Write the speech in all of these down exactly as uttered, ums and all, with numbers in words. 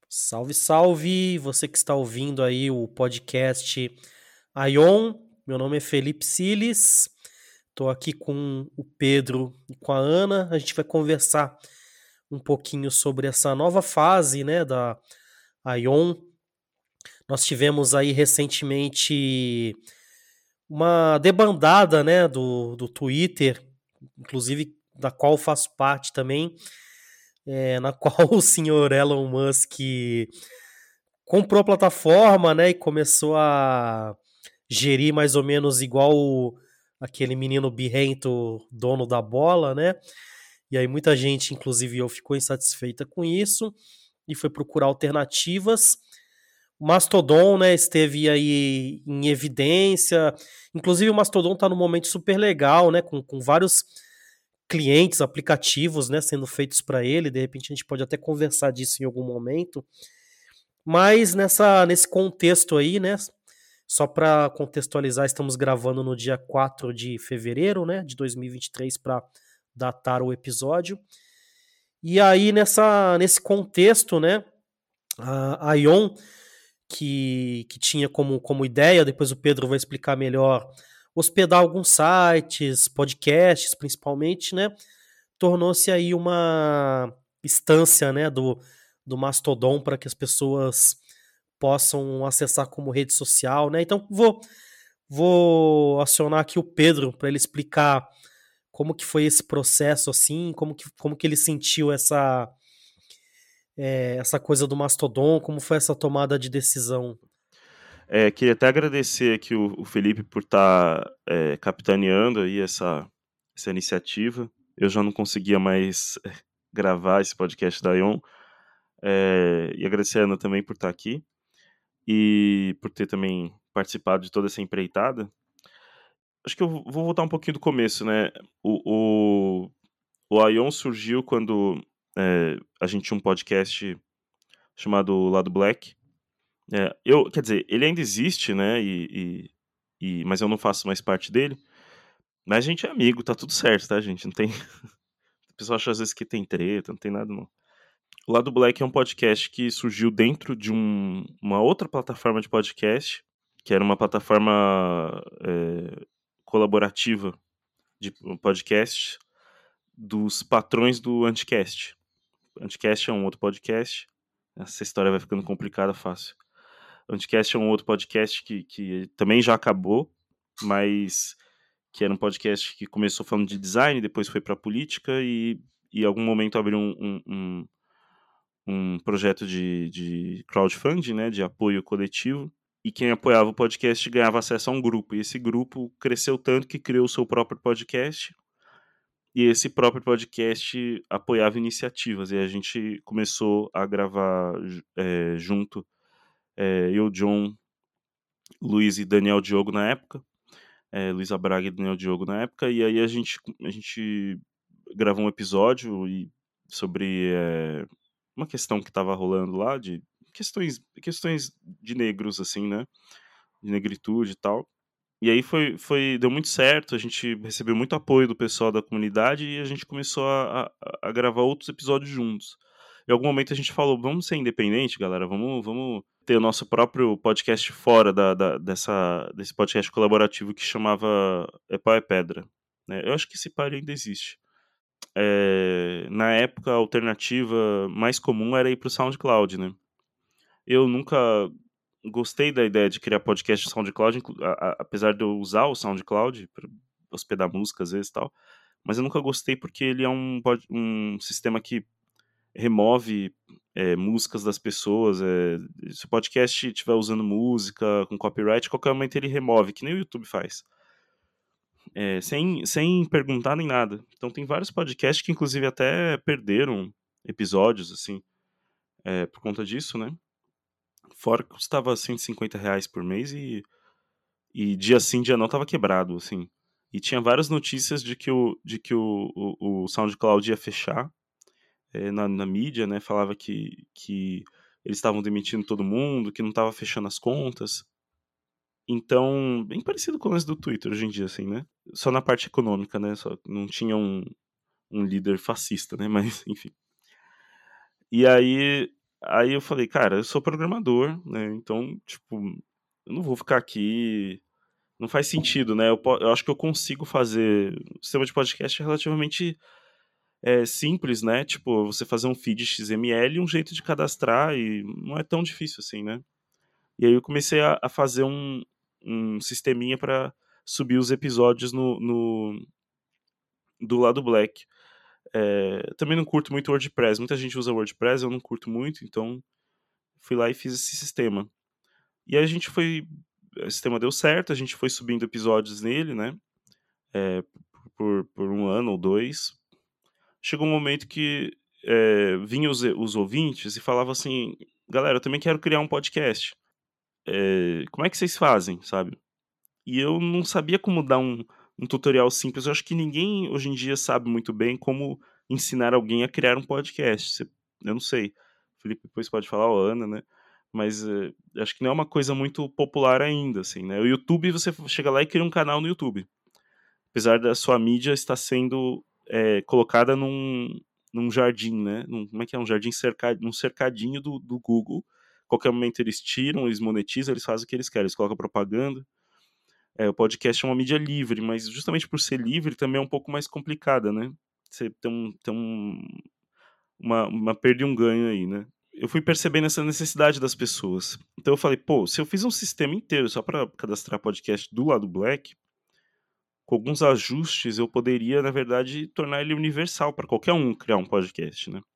Salve, salve! Você que está ouvindo aí o podcast Aion. Meu nome é Felipe Siles. Estou aqui com o Pedro e com a Ana. A gente vai conversar um pouquinho sobre essa nova fase, né, da Aion. Nós tivemos aí recentemente uma debandada, né, do, do Twitter, inclusive da qual eu faço parte também, é, na qual o senhor Elon Musk comprou a plataforma, né, e começou a gerir mais ou menos igual o, aquele menino birrento, dono da bola, né? E aí muita gente, inclusive eu, ficou insatisfeita com isso e foi procurar alternativas. O Mastodon, né, esteve aí em evidência. Inclusive o Mastodon está num momento super legal, né, com, com vários clientes, aplicativos, né, sendo feitos para ele. De repente a gente pode até conversar disso em algum momento. Mas nessa, nesse contexto aí, né? Só para contextualizar, estamos gravando no dia quatro de fevereiro, né, de dois mil e vinte e três, para datar o episódio. E aí, nessa, nesse contexto, né, a, a Ion, que, que tinha como, como ideia, depois o Pedro vai explicar melhor, hospedar alguns sites, podcasts principalmente, né, tornou-se aí uma instância, né, do, do Mastodon para que as pessoas possam acessar como rede social, né? Então vou vou acionar aqui o Pedro para ele explicar como que foi esse processo assim, como que, como que ele sentiu essa é, essa coisa do Mastodon, como foi essa tomada de decisão. É, queria até agradecer aqui o, o Felipe por estar é, capitaneando aí essa, essa iniciativa. Eu já não conseguia mais é, gravar esse podcast da Ion. É, e agradecer a Ana também por estar aqui e por ter também participado de toda essa empreitada. Acho que eu vou voltar um pouquinho do começo, né? O, o, o Ion surgiu quando é, a gente tinha um podcast chamado Lado Black. É, eu, quer dizer, ele ainda existe, né? E, e, e- mas eu não faço mais parte dele. Mas a gente é amigo, tá tudo certo, tá, gente? Não tem. O pessoal acha às vezes que tem treta, não tem nada, não. O Lado Black é um podcast que surgiu dentro de um- uma outra plataforma de podcast, que era uma plataforma é, colaborativa de podcast dos patrões do Anticast. Anticast é um outro podcast. Essa história vai ficando complicada fácil. O Anticast é um outro podcast que, que também já acabou, mas que era um podcast que começou falando de design, depois foi para política e em algum momento abriu um, um, um, um projeto de, de crowdfunding, né, de apoio coletivo, e quem apoiava o podcast ganhava acesso a um grupo, e esse grupo cresceu tanto que criou o seu próprio podcast, e esse próprio podcast apoiava iniciativas, e a gente começou a gravar é, junto, é, eu, John, Luiz e Daniel Diogo na época, é, Luísa Braga e Daniel Diogo na época, e aí a gente, a gente gravou um episódio e, sobre é, uma questão que estava rolando lá, de questões, questões de negros, assim, né? De negritude e tal. E aí foi, foi, deu muito certo, a gente recebeu muito apoio do pessoal da comunidade e a gente começou a, a, a gravar outros episódios juntos. Em algum momento a gente falou, vamos ser independente, galera, vamos, vamos ter o nosso próprio podcast fora da, da, dessa, desse podcast colaborativo que chamava É Pau é Pedra. Né? Eu acho que esse par ainda existe. É, na época, a alternativa mais comum era ir para o SoundCloud, né? Eu nunca gostei da ideia de criar podcast no SoundCloud, inclu- a- a- apesar de eu usar o SoundCloud para hospedar música às vezes e tal, mas eu nunca gostei porque ele é um, pod- um sistema que remove é, músicas das pessoas. É, se o podcast estiver usando música com copyright, qualquer momento ele remove, que nem o YouTube faz. É, sem, sem perguntar nem nada. Então tem vários podcasts que inclusive até perderam episódios, assim, é, por conta disso, né? Fora que custava cento e cinquenta reais por mês e, e dia sim, dia não tava quebrado, assim. E tinha várias notícias de que o, de que o, o, o SoundCloud ia fechar é, na, na mídia, né? Falava que, que eles estavam demitindo todo mundo, que não tava fechando as contas. Então, bem parecido com o lance do Twitter hoje em dia, assim, né? Só na parte econômica, né? Só não tinha um, um líder fascista, né? Mas, enfim. E aí. Aí eu falei, cara, eu sou programador, né? Então, tipo, eu não vou ficar aqui. Não faz sentido, né? Eu, po- eu acho que eu consigo fazer. O sistema de podcast é relativamente é, simples, né? Tipo, você fazer um feed X M L e um jeito de cadastrar, e não é tão difícil assim, né? E aí eu comecei a, a fazer um, um sisteminha para subir os episódios no, no- do lado Black. É, também não curto muito WordPress. Muita gente usa WordPress, eu não curto muito, então fui lá e fiz esse sistema. E aí a gente foi. O sistema deu certo, a gente foi subindo episódios nele, né? É, por, por um ano ou dois. Chegou um momento que é, vinham os, os ouvintes e falavam assim: galera, eu também quero criar um podcast. É, como é que vocês fazem, sabe? E eu não sabia como dar um, um tutorial simples. Eu acho que ninguém hoje em dia sabe muito bem como ensinar alguém a criar um podcast. Você- eu não sei. O Felipe depois pode falar, ou a Ana, né? Mas eh, acho que não é uma coisa muito popular ainda, assim, né? O YouTube, você chega lá e cria um canal no YouTube. Apesar da sua mídia estar sendo eh, colocada num, num jardim, né? Num, como é que é? Um jardim cercado, num cercadinho do, do Google. Qualquer momento eles tiram, eles monetizam, eles fazem o que eles querem. Eles colocam propaganda. É, o podcast é uma mídia livre, mas justamente por ser livre também é um pouco mais complicada, né? Você tem, um, tem um, uma, uma perda e um ganho aí, né? Eu fui percebendo essa necessidade das pessoas. Então eu falei, pô, se eu fiz um sistema inteiro só para cadastrar podcast do lado Black, com alguns ajustes eu poderia, na verdade, tornar ele universal para qualquer um criar um podcast, né?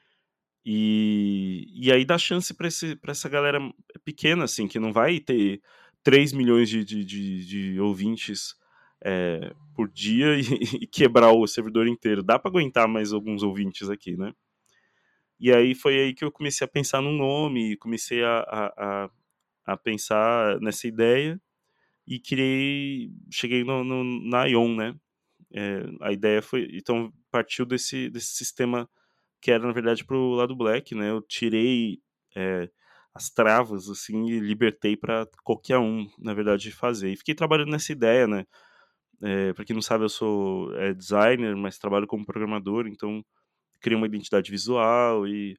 E, e aí dá chance para essa galera pequena, assim, que não vai ter três milhões de, de, de, de ouvintes é, por dia e, e quebrar o servidor inteiro. Dá para aguentar mais alguns ouvintes aqui, né? E aí foi aí que eu comecei a pensar num nome, comecei a, a, a, a pensar nessa ideia e criei, cheguei no, no, na Ion, né? É, a ideia foi, então partiu desse, desse sistema que era na verdade pro lado Black, né? Eu tirei é, as travas assim e libertei para qualquer um, na verdade, fazer. E fiquei trabalhando nessa ideia, né? É, para quem não sabe, eu sou é, designer, mas trabalho como programador, então criei uma identidade visual e,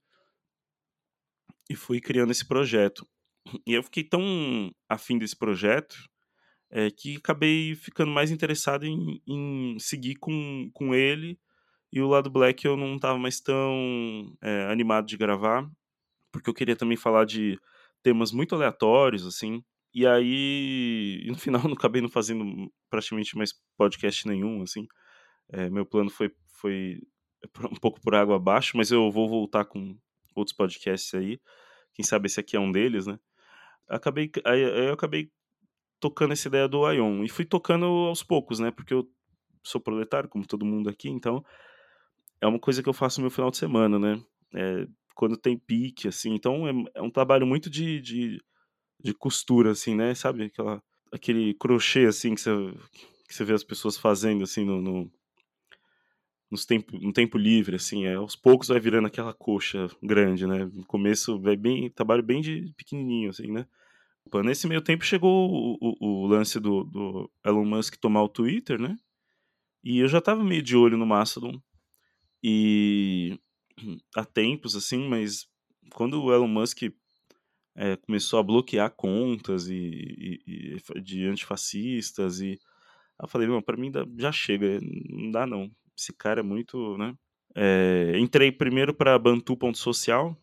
e fui criando esse projeto. E eu fiquei tão afim desse projeto é, que acabei ficando mais interessado em, em seguir com, com ele. E o lado Black eu não estava mais tão é, animado de gravar, porque eu queria também falar de temas muito aleatórios, assim. E aí, e no final, não acabei não fazendo praticamente mais podcast nenhum, assim. É, meu plano foi, foi um pouco por água abaixo, mas eu vou voltar com outros podcasts aí. Quem sabe esse aqui é um deles, né? Acabei, aí, aí eu acabei tocando essa ideia do Ion. E fui tocando aos poucos, né? Porque eu sou proletário, como todo mundo aqui, então é uma coisa que eu faço no meu final de semana, né? É, quando tem pique, assim. Então é, é um trabalho muito de, de, de costura, assim, né? Sabe? Aquela, aquele crochê, assim, que você, que você vê as pessoas fazendo, assim, no, no, nos tempo, no tempo livre, assim. É, aos poucos vai virando aquela coxa grande, né? No começo vai bem, trabalho bem de pequenininho, assim, né? Nesse meio tempo chegou o, o, o lance do, do Elon Musk tomar o Twitter, né? E eu já tava meio de olho no Mastodon. E há tempos, assim, mas quando o Elon Musk é, começou a bloquear contas e, e- e de antifascistas, e eu falei, não, pra mim dá- já chega, não dá não. Esse cara é muito, né? É, entrei primeiro pra Bantu ponto social,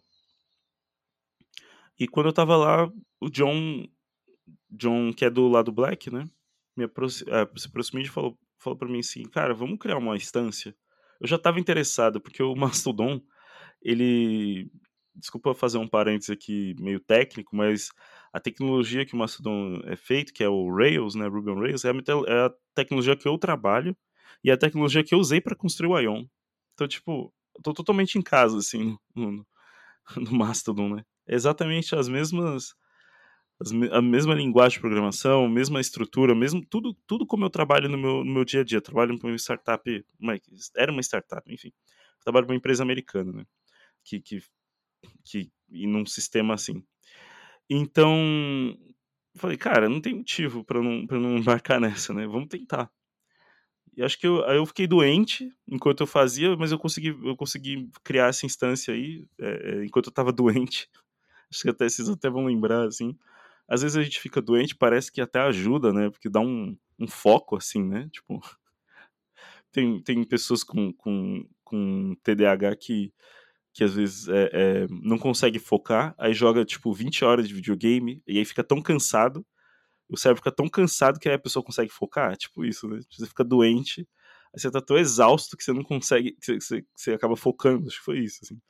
e quando eu tava lá, o John, John que é do lado Black, né? Me aproxi- eh, se aproximou e falou, falou pra mim assim, cara, vamos criar uma instância? Eu já tava interessado, porque o Mastodon, ele, desculpa fazer um parênteses aqui meio técnico, mas a tecnologia que o Mastodon é feito, que é o Rails, né, Ruby on Rails, é a, metel- é a tecnologia que eu trabalho e é a tecnologia que eu usei para construir o Ion. Então, tipo, eu tô totalmente em casa, assim, no, no, no Mastodon, né? É exatamente as mesmas, as me- a mesma linguagem de programação, mesma estrutura, mesmo tudo, tudo como eu trabalho no meu, no meu dia a dia. Eu trabalho para uma startup, uma, era uma startup, enfim. Eu trabalho para uma empresa americana, né? Que, que que e num sistema assim. Então, eu falei, cara, não tem motivo para não para não embarcar nessa, né? Vamos tentar. E acho que eu, aí eu fiquei doente enquanto eu fazia, mas eu consegui, eu consegui criar essa instância aí, é, enquanto eu tava doente. Acho que até vocês até vão lembrar, assim. Às vezes a gente fica doente, parece que até ajuda, né? Porque dá um, um foco, assim, né? Tipo, tem, tem pessoas com, com, com T D A H que, que às vezes é, é, não consegue focar, aí joga, tipo, vinte horas de videogame, e aí fica tão cansado, o cérebro fica tão cansado que aí a pessoa consegue focar, tipo isso, né? Você fica doente, aí você tá tão exausto que você não consegue, que você, que você, que você acaba focando, acho que foi isso, assim.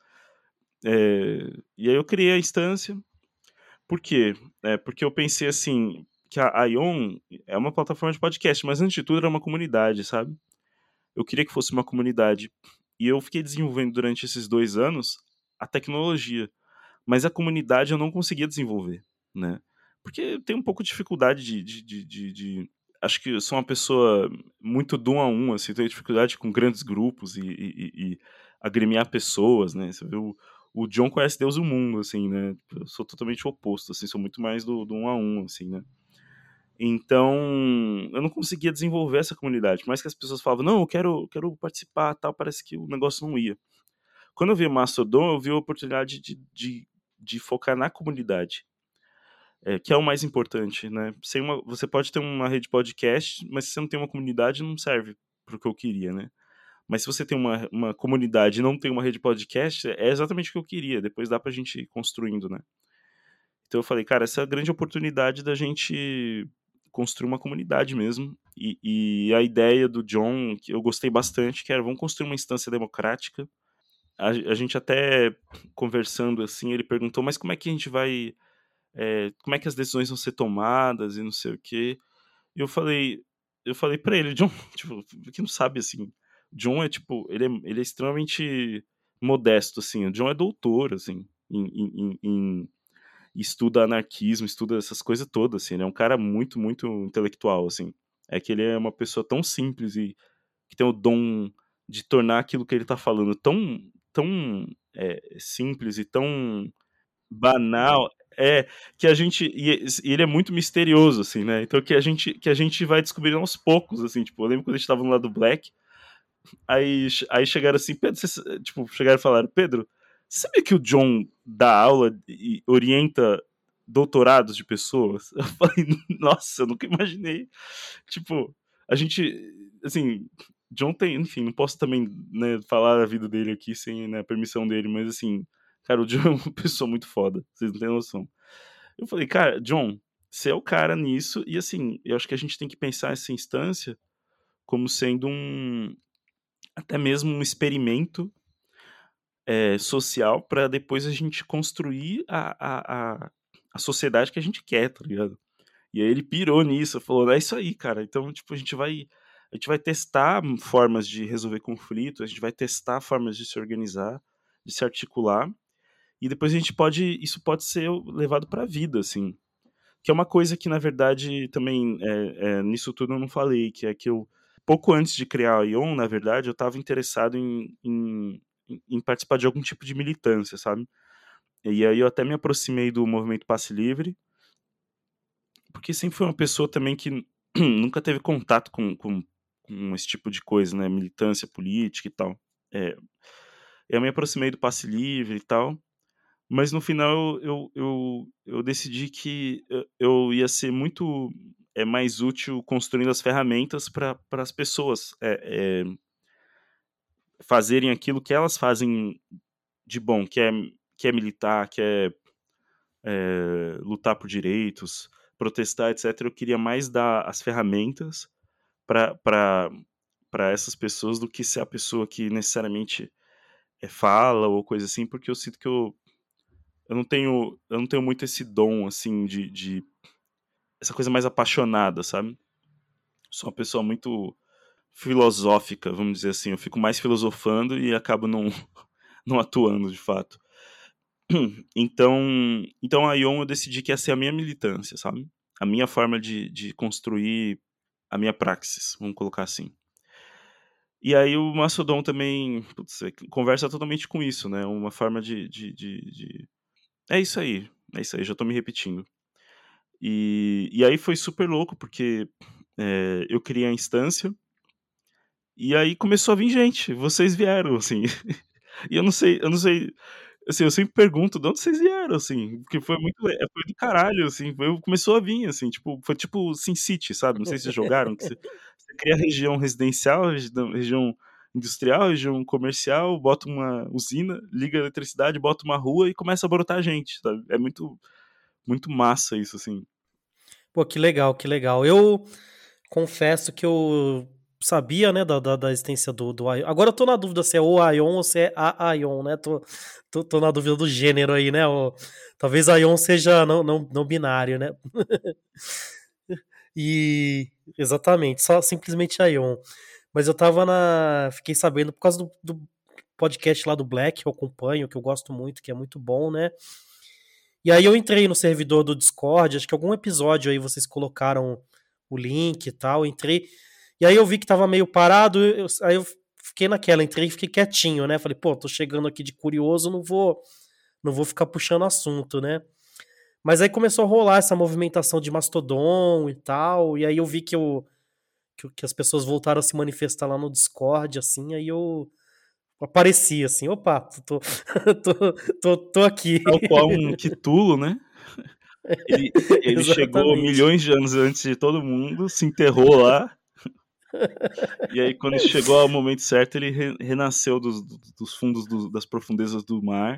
É, e aí eu criei a instância. Por quê? É, porque eu pensei assim, que a Ion é uma plataforma de podcast, mas antes de tudo era uma comunidade, sabe? Eu queria que fosse uma comunidade. E eu fiquei desenvolvendo durante esses dois anos a tecnologia. Mas a comunidade eu não conseguia desenvolver, né? Porque eu tenho um pouco de dificuldade de... de, de, de, de... Acho que eu sou uma pessoa muito do um a um, assim, tenho dificuldade com grandes grupos e, e, e agremiar pessoas, né? Você vê o, o John conhece Deus e o mundo, assim, né? Eu sou totalmente o oposto, assim, sou muito mais do, do um a um, assim, né? Então, eu não conseguia desenvolver essa comunidade. Por mais que as pessoas falavam, não, eu quero, quero participar, tal, parece que o negócio não ia. Quando eu vi o Mastodon, eu vi a oportunidade de, de, de focar na comunidade, é, que é o mais importante, né? Sem uma, você pode ter uma rede podcast, mas se você não tem uma comunidade, não serve para o que eu queria, né? Mas se você tem uma, uma comunidade e não tem uma rede podcast, é exatamente o que eu queria. Depois dá pra gente ir construindo, né? Então eu falei, cara, essa é a grande oportunidade da gente construir uma comunidade mesmo. E, e a ideia do John, que eu gostei bastante, que era, vamos construir uma instância democrática. A, a gente até conversando assim, ele perguntou, mas como é que a gente vai... É, como é que as decisões vão ser tomadas e não sei o quê. E eu falei, eu falei pra ele, John, tipo, que não sabe, assim, John é, tipo, ele é, ele é extremamente modesto, assim, o John é doutor, assim, em, em, em, estuda anarquismo, estuda essas coisas todas, assim, ele é um cara muito, muito intelectual, assim. É que ele é uma pessoa tão simples e que tem o dom de tornar aquilo que ele tá falando tão, tão é, simples e tão banal, é, que a gente e e ele é muito misterioso, assim, né, então que a gente que a gente vai descobrindo aos poucos, assim, tipo, eu lembro quando a gente estava no lado do Black, aí aí chegaram assim: "Pedro, você", tipo, chegaram e falaram: "Pedro, você sabia que o John dá aula e orienta doutorados de pessoas?" Eu falei: "Nossa, eu nunca imaginei". Tipo, a gente, assim, John tem, enfim, não posso também, né, falar a vida dele aqui sem, né, a permissão dele, mas assim, cara, o John é uma pessoa muito foda, vocês não têm noção. Eu falei, cara, John, você é o cara nisso, e assim, eu acho que a gente tem que pensar essa instância como sendo um, até mesmo um experimento é, social para depois a gente construir a, a, a, a sociedade que a gente quer, tá ligado? E aí ele pirou nisso, falou, é isso aí, cara. Então, tipo, a gente vai a gente vai testar formas de resolver conflitos, a gente vai testar formas de se organizar, de se articular, e depois a gente pode, isso pode ser levado para a vida, assim. Que é uma coisa que, na verdade, também, é, é, nisso tudo eu não falei, que é que eu, pouco antes de criar a Ion, na verdade, eu estava interessado em, em, em participar de algum tipo de militância, sabe? E aí eu até me aproximei do movimento Passe Livre, porque sempre foi uma pessoa também que nunca teve contato com, com, com esse tipo de coisa, né? Militância política e tal. É, eu me aproximei do Passe Livre e tal, mas no final eu, eu, eu decidi que eu, eu ia ser muito é, mais útil construindo as ferramentas para as pessoas é, é, fazerem aquilo que elas fazem de bom, que é, que é militar, que é, é lutar por direitos, protestar, etcétera. Eu queria mais dar as ferramentas para essas pessoas do que ser a pessoa que necessariamente é, fala ou coisa assim, porque eu sinto que eu, eu não tenho eu não tenho muito esse dom assim de, de essa coisa mais apaixonada, sabe? Sou uma pessoa muito filosófica, vamos dizer assim. Eu fico mais filosofando e acabo não, não atuando de fato. Então, então a Ion eu decidi que ia ser a minha militância, sabe? A minha forma de, de construir a minha praxis, vamos colocar assim. E aí o Mastodon também, putz, conversa totalmente com isso, né? Uma forma de, de, de, de... É isso aí, é isso aí, já tô me repetindo. E, e aí foi super louco, porque é, eu criei a instância, E aí começou a vir gente, vocês vieram, assim. E eu não sei, eu não sei, assim, eu sempre pergunto de onde vocês vieram, assim, porque foi muito, é, foi do caralho, assim, foi, começou a vir, assim, tipo, foi tipo SimCity, sabe? Não sei se vocês jogaram, que você, você cria região residencial, região, região industrial, região comercial, bota uma usina, liga a eletricidade, bota uma rua e começa a brotar gente, sabe? É muito, muito massa isso, assim. Pô, que legal, que legal. Eu confesso que eu sabia, né, da, da, da existência do, do Aion. Agora eu tô na dúvida se é o Aion ou se é a Aion, né? Tô, tô, tô na dúvida do gênero aí, né? O, talvez Aion seja não, não, não binário, né? E exatamente, só simplesmente Aion. Mas eu tava na. Fiquei sabendo por causa do, do podcast lá do Black, que eu acompanho, que eu gosto muito, que é muito bom, né? E aí eu entrei no servidor do Discord, acho que algum episódio aí vocês colocaram o link e tal, entrei. E aí eu vi que tava meio parado, eu, aí eu fiquei naquela, entrei e fiquei quietinho, né? Falei, pô, tô chegando aqui de curioso, não vou, não vou ficar puxando assunto, né? Mas aí começou a rolar essa movimentação de Mastodon e tal, e aí eu vi que, eu, que, que as pessoas voltaram a se manifestar lá no Discord, assim, aí eu apareci, assim, opa, tô, tô, tô, tô aqui. Tal qual um Cthulhu, né? Ele, ele chegou Exatamente. milhões de anos antes de todo mundo, se enterrou lá. E aí, quando chegou ao momento certo, ele re- renasceu dos, dos fundos do- das profundezas do mar.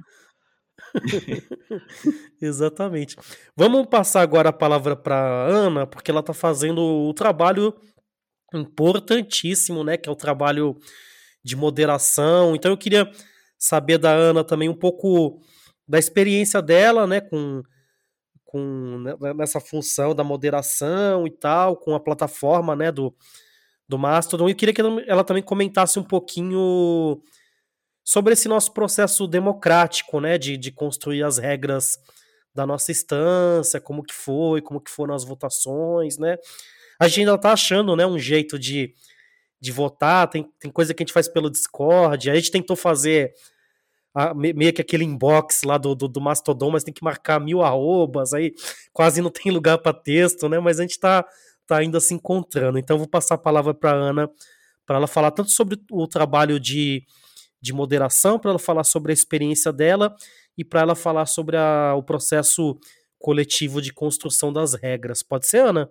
Exatamente. Vamos passar agora a palavra para Ana, porque ela está fazendo o trabalho importantíssimo, né? Que é o trabalho de moderação. Então eu queria saber da Ana também um pouco da experiência dela, né? Com, com né, nessa função da moderação e tal, com a plataforma, né? Do, do Mastodon. E eu queria que ela, ela também comentasse um pouquinho sobre esse nosso processo democrático, né, de, de construir as regras da nossa instância, como que foi, como que foram as votações, né? A gente ainda tá achando, né, um jeito de, de votar, tem, tem coisa que a gente faz pelo Discord, a gente tentou fazer a, meio que aquele inbox lá do, do, do Mastodon, mas tem que marcar mil arrobas, aí quase não tem lugar para texto, né? Mas a gente tá, tá ainda se encontrando. Então eu vou passar a palavra para Ana, para ela falar tanto sobre o trabalho de de moderação, para ela falar sobre a experiência dela e para ela falar sobre a, o processo coletivo de construção das regras. Pode ser, Ana?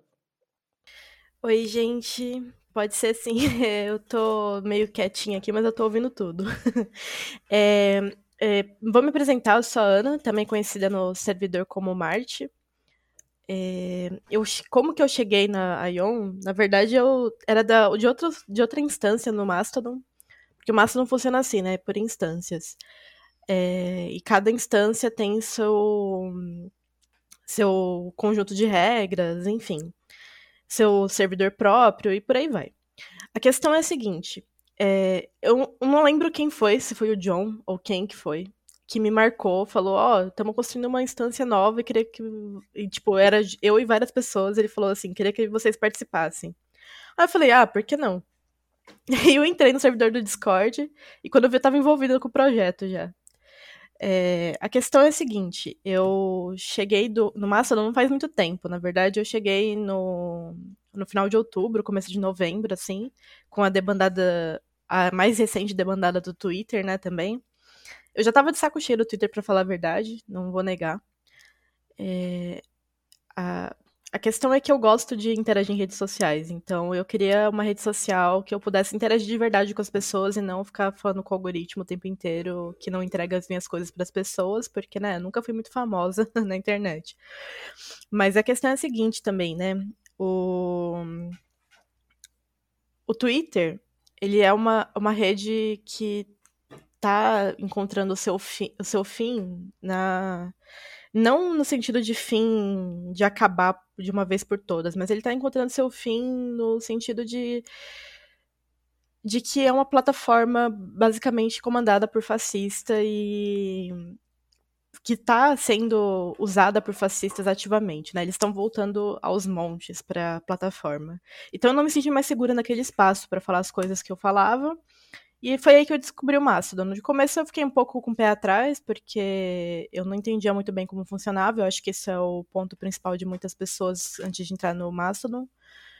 Oi, gente. Pode ser sim. Eu tô meio quietinha aqui, mas eu tô ouvindo tudo. É, é, vou me apresentar, eu sou a Ana, também conhecida no servidor como Marte. É, eu, como que eu cheguei na Ion? Na verdade, eu era da, de, outro, de outra instância no Mastodon, porque o Mastodon funciona assim, né? Por instâncias. É, e cada instância tem seu, seu conjunto de regras, enfim. Seu servidor próprio e por aí vai. A questão é a seguinte, é, eu não lembro quem foi, se foi o John ou quem que foi, que me marcou, falou, ó, oh, estamos construindo uma instância nova e queria que... E, tipo, era eu e várias pessoas, ele falou assim, queria que vocês participassem. Aí eu falei, ah, por que não? Aí eu entrei no servidor do Discord e quando eu vi eu tava envolvida com o projeto já. É, a questão é a seguinte, eu cheguei do, no Mastodon não faz muito tempo, na verdade eu cheguei no, no final de outubro, começo de novembro, assim, com a debandada, a mais recente debandada do Twitter, né, também. Eu já tava de saco cheio do Twitter, pra falar a verdade, não vou negar. É, a, a questão é que eu gosto de interagir em redes sociais, então eu queria uma rede social que eu pudesse interagir de verdade com as pessoas e não ficar falando com o algoritmo o tempo inteiro que não entrega as minhas coisas para as pessoas, porque, né, nunca fui muito famosa na internet. Mas a questão é a seguinte também, né, o, o Twitter, ele é uma, uma rede que tá encontrando o seu, fi, o seu fim na... Não no sentido de fim, de acabar de uma vez por todas, mas ele tá encontrando seu fim no sentido de, de que é uma plataforma basicamente comandada por fascista e que tá sendo usada por fascistas ativamente, né? Eles estão voltando aos montes para a plataforma. Então eu não me senti mais segura naquele espaço para falar as coisas que eu falava. E foi aí que eu descobri o Mastodon. De começo eu fiquei um pouco com o pé atrás, porque eu não entendia muito bem como funcionava. Eu acho que esse é o ponto principal de muitas pessoas antes de entrar no Mastodon.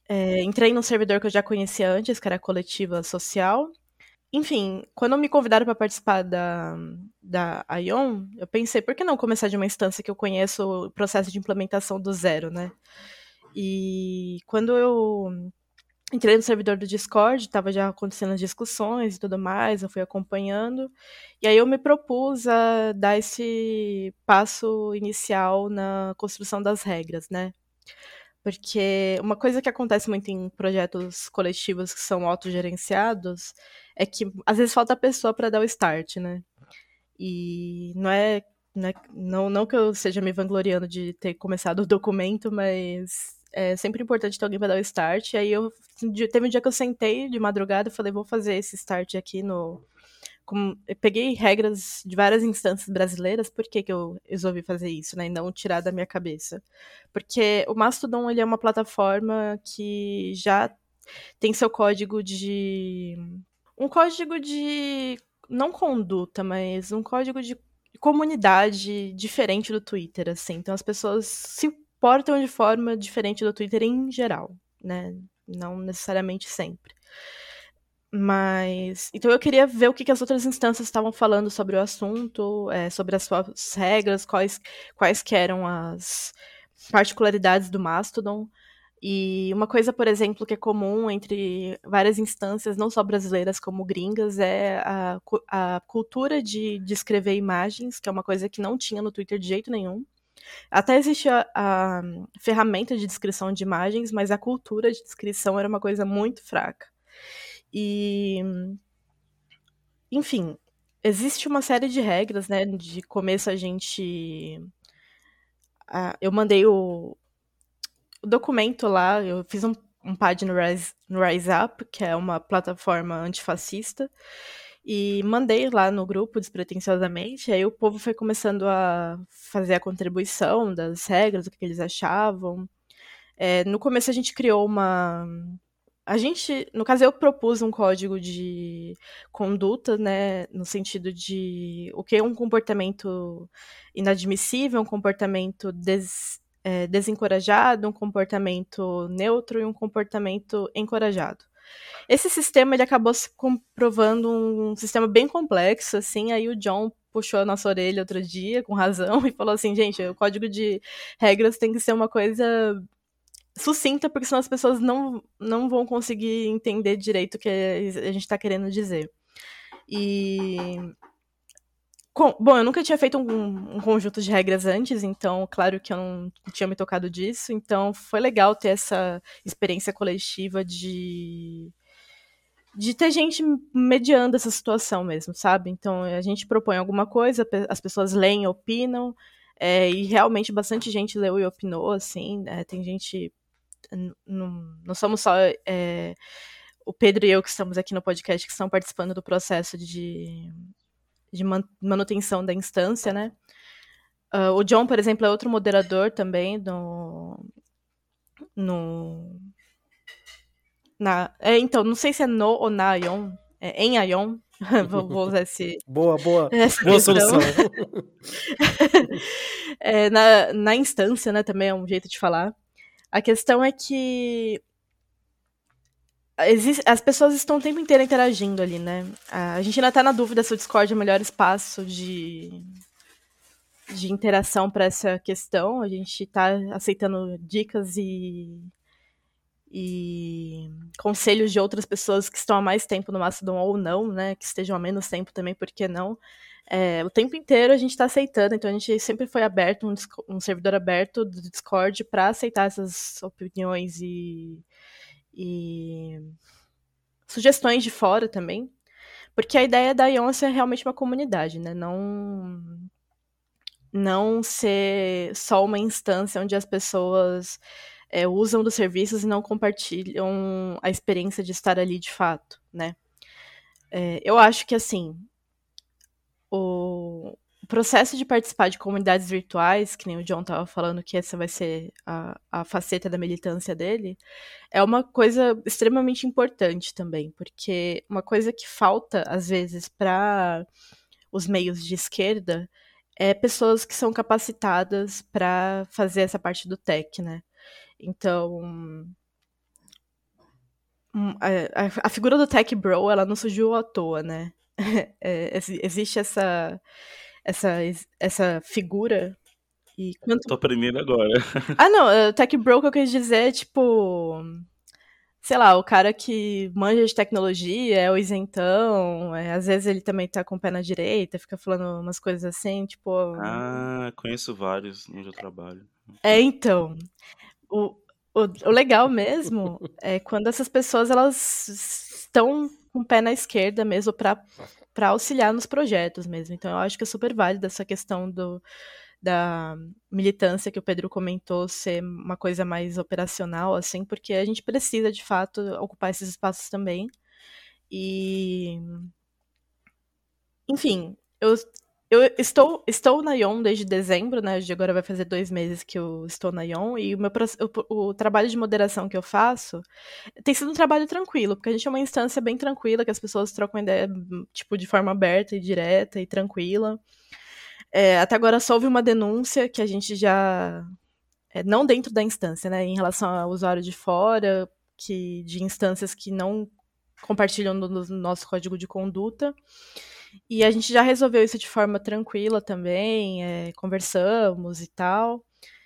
É, entrei num servidor que eu já conhecia antes, que era a Coletiva Social. Enfim, quando me convidaram para participar da, da Ion, eu pensei, por que não começar de uma instância que eu conheço o processo de implementação do zero, né? E quando eu entrei no servidor do Discord, estava já acontecendo as discussões e tudo mais, eu fui acompanhando, e aí eu me propus a dar esse passo inicial na construção das regras, né? Porque uma coisa que acontece muito em projetos coletivos que são autogerenciados é que às vezes falta a pessoa para dar o start, né? E não é, não, é não, não que eu seja me vangloriando de ter começado o documento, mas é sempre importante ter alguém para dar o start. E aí eu teve um dia que eu sentei de madrugada e falei, vou fazer esse start aqui no. Com, eu peguei regras de várias instâncias brasileiras, por que, que eu resolvi fazer isso, né? E não tirar da minha cabeça. Porque o Mastodon ele é uma plataforma que já tem seu código de. Um código de. Não conduta, mas um código de comunidade diferente do Twitter, assim. Então as pessoas se portam de forma diferente do Twitter em geral, né? Não necessariamente sempre. Mas. Então eu queria ver o que, que as outras instâncias estavam falando sobre o assunto, é, sobre as suas regras, quais, quais que eram as particularidades do Mastodon. E uma coisa, por exemplo, que é comum entre várias instâncias, não só brasileiras como gringas, é a, a cultura de, de escrever imagens, que é uma coisa que não tinha no Twitter de jeito nenhum. Até existe a, a ferramenta de descrição de imagens, mas a cultura de descrição era uma coisa muito fraca. E, enfim, existe uma série de regras, né? De começo a gente... A, eu mandei o, o documento lá, eu fiz um, um pad no Rise, no Rise Up, que é uma plataforma antifascista, e mandei lá no grupo despretensiosamente, aí o povo foi começando a fazer a contribuição das regras, o que eles achavam. É, no começo a gente criou uma... A gente, no caso, eu propus um código de conduta, né, no sentido de o que é um comportamento inadmissível, um comportamento des, é, desencorajado, um comportamento neutro e um comportamento encorajado. Esse sistema ele acabou se comprovando um sistema bem complexo, assim, aí o John puxou a nossa orelha outro dia, com razão, e falou assim, gente, o código de regras tem que ser uma coisa sucinta, porque senão as pessoas não, não vão conseguir entender direito o que a gente está querendo dizer. E... Com, bom, eu nunca tinha feito um, um conjunto de regras antes, então, claro que eu não tinha me tocado disso, então foi legal ter essa experiência coletiva de... de ter gente mediando essa situação mesmo, sabe? Então, a gente propõe alguma coisa, as pessoas leem, opinam, é, e realmente bastante gente leu e opinou, assim, né? Tem gente... Não, não somos só é, o Pedro e eu que estamos aqui no podcast que estão participando do processo de, de manutenção da instância, né? Uh, o John, por exemplo, é outro moderador também no... no na, é, então, não sei se é no ou na Ion, é em Ion, vou, vou usar esse... Boa, boa, boa solução. é, na, na instância, né, também é um jeito de falar. A questão é que existe, as pessoas estão o tempo inteiro interagindo ali, né? A gente ainda tá na dúvida se o Discord é o melhor espaço de, de interação para essa questão. A gente tá aceitando dicas e, e conselhos de outras pessoas que estão há mais tempo no Mastodon ou não, né? Que estejam há menos tempo também, por que não? É, o tempo inteiro a gente está aceitando, então a gente sempre foi aberto, um, um servidor aberto do Discord para aceitar essas opiniões e, e sugestões de fora também, porque a ideia da Ion é realmente uma comunidade, né? Não, não ser só uma instância onde as pessoas é, usam dos serviços e não compartilham a experiência de estar ali de fato, né? É, eu acho que, assim, o processo de participar de comunidades virtuais, que nem o John estava falando que essa vai ser a, a faceta da militância dele, é uma coisa extremamente importante também, porque uma coisa que falta, às vezes, para os meios de esquerda é pessoas que são capacitadas para fazer essa parte do tech, né? Então, a, a figura do tech bro, ela não surgiu à toa, né? É, existe essa, essa, essa figura. E quanto... Tô aprendendo agora. Ah, não, o tech bro que eu quis dizer é tipo... Sei lá, o cara que manja de tecnologia, é o isentão, é, às vezes ele também tá com o pé na direita, fica falando umas coisas assim, tipo... Ah, conheço vários onde eu trabalho. É, então, o, o, o legal mesmo é quando essas pessoas, elas estão com o pé na esquerda mesmo pra, pra auxiliar nos projetos mesmo. Então eu acho que é super válido essa questão do, da militância que o Pedro comentou ser uma coisa mais operacional, assim, porque a gente precisa, de fato, ocupar esses espaços também. E... Enfim, eu, eu estou, estou na I O N desde dezembro, né? De agora vai fazer dois meses que eu estou na I O N, e o, meu, o, o trabalho de moderação que eu faço tem sido um trabalho tranquilo, porque a gente é uma instância bem tranquila, que as pessoas trocam ideia, tipo, de forma aberta e direta e tranquila. É, até agora só houve uma denúncia que a gente já... É, não dentro da instância, né? Em relação ao usuário de fora, que, de instâncias que não compartilham no, no nosso código de conduta. E a gente já resolveu isso de forma tranquila também, é, conversamos e tal.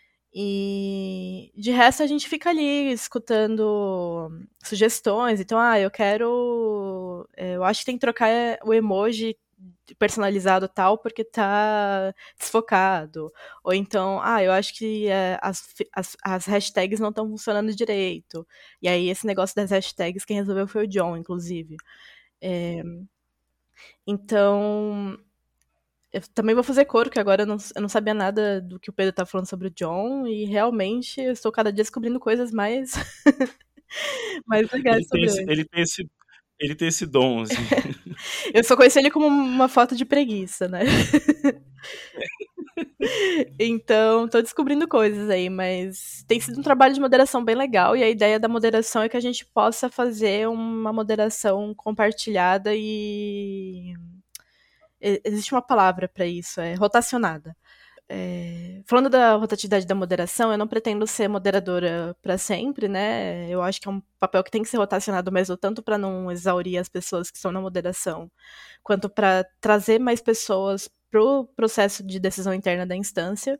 E de resto a gente fica ali escutando sugestões. Então, ah, eu quero... Eu acho que tem que trocar o emoji personalizado tal porque tá desfocado. Ou então, ah, eu acho que é, as, as, as hashtags não estão funcionando direito. E aí esse negócio das hashtags quem resolveu foi o John, inclusive. É, então, eu também vou fazer coro, que agora eu não, eu não sabia nada do que o Pedro tá falando sobre o John, e realmente eu estou cada dia descobrindo coisas mais, mais legais Ele tem sobre esse, ele. ele tem esse, ele tem esse dom, assim. Eu só conheci ele como uma foto de preguiça, né? Então, tô descobrindo coisas aí, mas tem sido um trabalho de moderação bem legal, e a ideia da moderação é que a gente possa fazer uma moderação compartilhada e... Existe uma palavra para isso, é rotacionada. É... Falando da rotatividade da moderação, eu não pretendo ser moderadora para sempre, né? Eu acho que é um papel que tem que ser rotacionado mesmo, tanto para não exaurir as pessoas que estão na moderação, quanto para trazer mais pessoas para o processo de decisão interna da instância.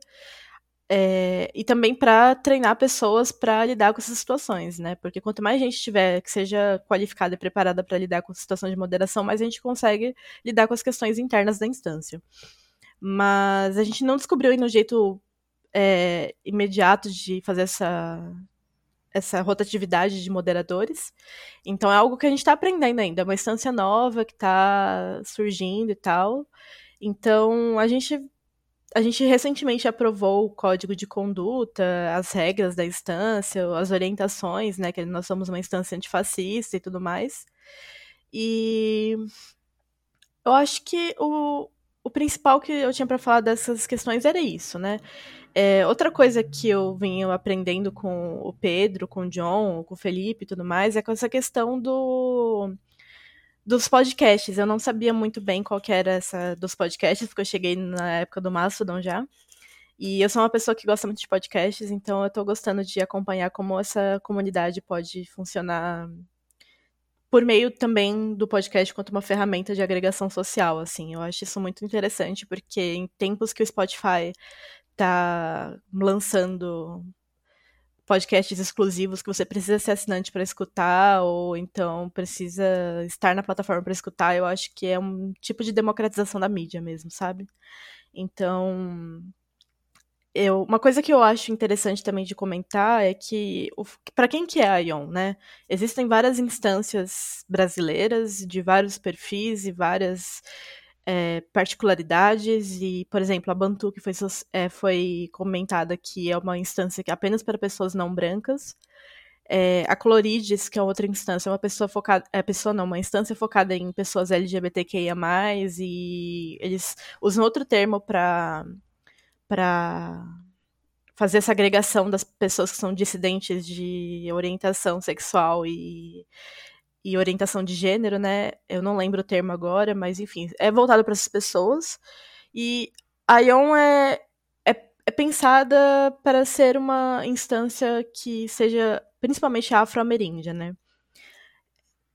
É, e também para treinar pessoas para lidar com essas situações, né? Porque quanto mais gente tiver que seja qualificada e preparada para lidar com situações de moderação, mais a gente consegue lidar com as questões internas da instância. Mas a gente não descobriu ainda um jeito é, imediato de fazer essa, essa rotatividade de moderadores. Então é algo que a gente está aprendendo ainda. É uma instância nova que está surgindo e tal. Então a gente A gente recentemente aprovou o código de conduta, as regras da instância, as orientações, né? Que nós somos uma instância antifascista e tudo mais. E eu acho que o, o principal que eu tinha para falar dessas questões era isso, né? É, outra coisa que eu venho aprendendo com o Pedro, com o John, com o Felipe e tudo mais, é com essa questão do... dos podcasts. Eu não sabia muito bem qual que era essa dos podcasts, porque eu cheguei na época do Mastodon já. E eu sou uma pessoa que gosta muito de podcasts, então eu tô gostando de acompanhar como essa comunidade pode funcionar por meio também do podcast quanto uma ferramenta de agregação social, assim. Eu acho isso muito interessante, porque em tempos que o Spotify tá lançando podcasts exclusivos que você precisa ser assinante para escutar, ou então precisa estar na plataforma para escutar, eu acho que é um tipo de democratização da mídia mesmo, sabe? Então, eu, uma coisa que eu acho interessante também de comentar é que, para quem que é a I O N, né? Existem várias instâncias brasileiras, de vários perfis e várias é, particularidades, e, por exemplo, a Bantu, que foi, é, foi comentada aqui, é uma instância que é apenas para pessoas não brancas. É, a Clorides, que é outra instância, é uma pessoa focada, é pessoa não, uma instância focada em pessoas L G B T Q I A mais, e eles usam outro termo para para fazer essa agregação das pessoas que são dissidentes de orientação sexual e e orientação de gênero, né? Eu não lembro o termo agora, mas enfim, é voltado para essas pessoas. E a I O N é, é, é pensada para ser uma instância que seja principalmente afro-ameríndia, né?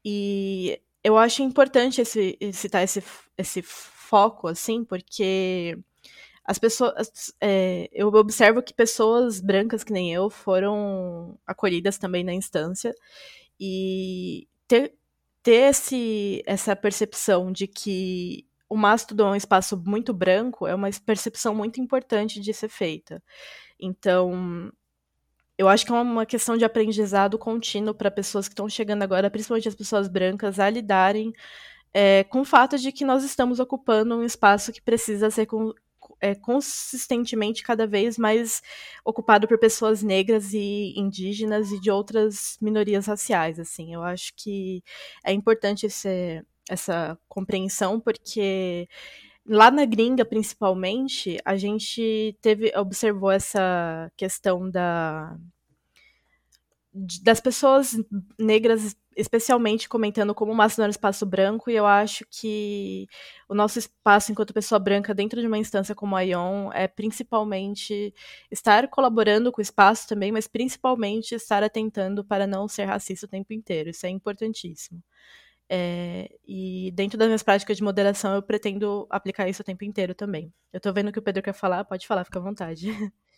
E eu acho importante esse, citar esse, esse foco, assim, porque as pessoas. É, eu observo que pessoas brancas que nem eu foram acolhidas também na instância. E ter, ter esse, essa percepção de que o Mastodon é um espaço muito branco é uma percepção muito importante de ser feita. Então, eu acho que é uma questão de aprendizado contínuo para pessoas que estão chegando agora, principalmente as pessoas brancas, a lidarem é, com o fato de que nós estamos ocupando um espaço que precisa ser com, é, consistentemente cada vez mais ocupado por pessoas negras e indígenas e de outras minorias raciais. Assim, eu acho que é importante esse, essa compreensão, porque lá na gringa, principalmente, a gente teve observou essa questão da das pessoas negras, especialmente comentando como o Mastodon é um espaço branco, e eu acho que o nosso espaço enquanto pessoa branca dentro de uma instância como a Ion é principalmente estar colaborando com o espaço também, mas principalmente estar atentando para não ser racista o tempo inteiro. Isso é importantíssimo. É, e dentro das minhas práticas de moderação, eu pretendo aplicar isso o tempo inteiro também. Eu tô vendo que o Pedro quer falar, pode falar, fica à vontade.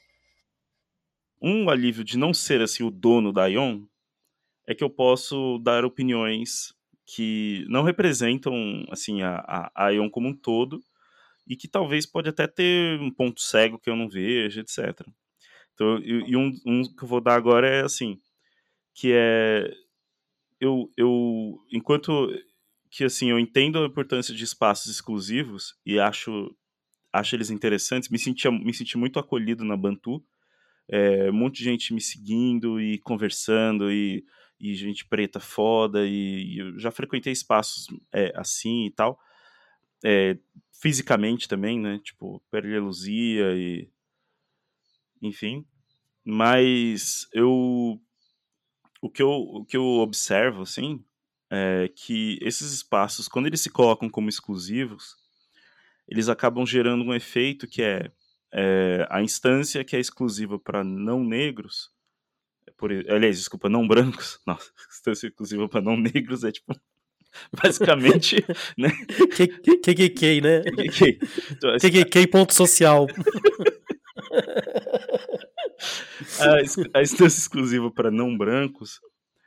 Um alívio de não ser assim o dono da Ion é que eu posso dar opiniões que não representam assim a, a, a Ion como um todo e que talvez pode até ter um ponto cego que eu não vejo, etcétera. Então, e, e um, um que eu vou dar agora é assim, que é eu, eu enquanto que assim eu entendo a importância de espaços exclusivos e acho acho eles interessantes, me senti me senti muito acolhido na Bantu. É, um monte de gente me seguindo e conversando, e, e gente preta foda, e, e eu já frequentei espaços é, assim e tal, é, fisicamente também, né, tipo, Perlia Luzia e enfim, mas eu o que eu, o que eu observo, assim, é que esses espaços, quando eles se colocam como exclusivos, eles acabam gerando um efeito que é, é a instância que é exclusiva para não negros. Por, aliás, desculpa, não brancos. Nossa, instância exclusiva para não negros é tipo. Basicamente, né? K K K, né? K K K. Então, K K K ponto social. a, a instância exclusiva para não brancos,